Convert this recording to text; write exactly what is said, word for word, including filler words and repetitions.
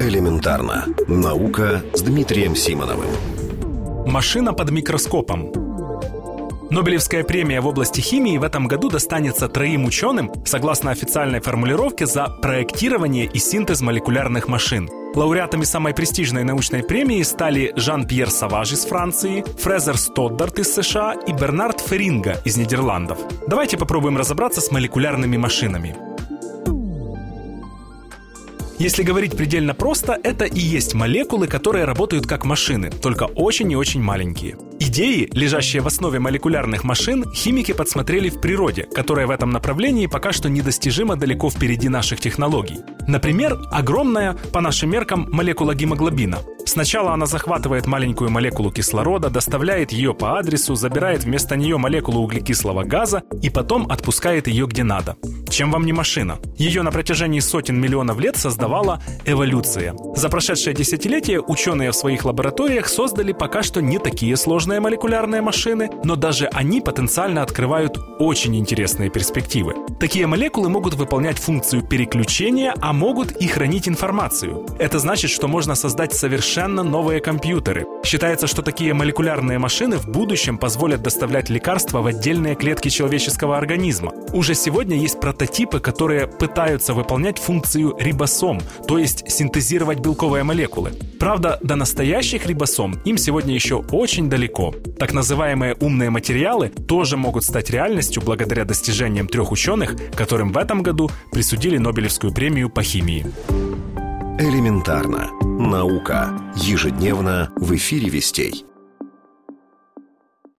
Элементарно. Наука с Дмитрием Симоновым. Машина под микроскопом. Нобелевская премия в области химии в этом году достанется троим ученым, согласно официальной формулировке, за проектирование и синтез молекулярных машин. Лауреатами самой престижной научной премии стали Жан-Пьер Саваж из Франции, Фрезер Стоддарт из США и Бернард Феринга из Нидерландов. Давайте попробуем разобраться с молекулярными машинами. Если говорить предельно просто, это и есть молекулы, которые работают как машины, только очень и очень маленькие. Идеи, лежащие в основе молекулярных машин, химики подсмотрели в природе, которая в этом направлении пока что недостижимо далеко впереди наших технологий. Например, огромная, по нашим меркам, молекула гемоглобина. Сначала она захватывает маленькую молекулу кислорода, доставляет ее по адресу, забирает вместо нее молекулу углекислого газа и потом отпускает ее где надо. Чем вам не машина? Ее на протяжении сотен миллионов лет создавала эволюция. За прошедшее десятилетие ученые в своих лабораториях создали пока что не такие сложные молекулярные машины, но даже они потенциально открывают очень интересные перспективы. Такие молекулы могут выполнять функцию переключения, а могут и хранить информацию. Это значит, что можно создать совершенно новые компьютеры. Считается, что такие молекулярные машины в будущем позволят доставлять лекарства в отдельные клетки человеческого организма. Уже сегодня есть прототипы, которые пытаются выполнять функцию рибосом, то есть синтезировать белковые молекулы. Правда, до настоящих рибосом им сегодня еще очень далеко. Так называемые умные материалы тоже могут стать реальностью благодаря достижениям трех ученых, которым в этом году присудили Нобелевскую премию по химии. Элементарно. Наука. Ежедневно в эфире Вестей.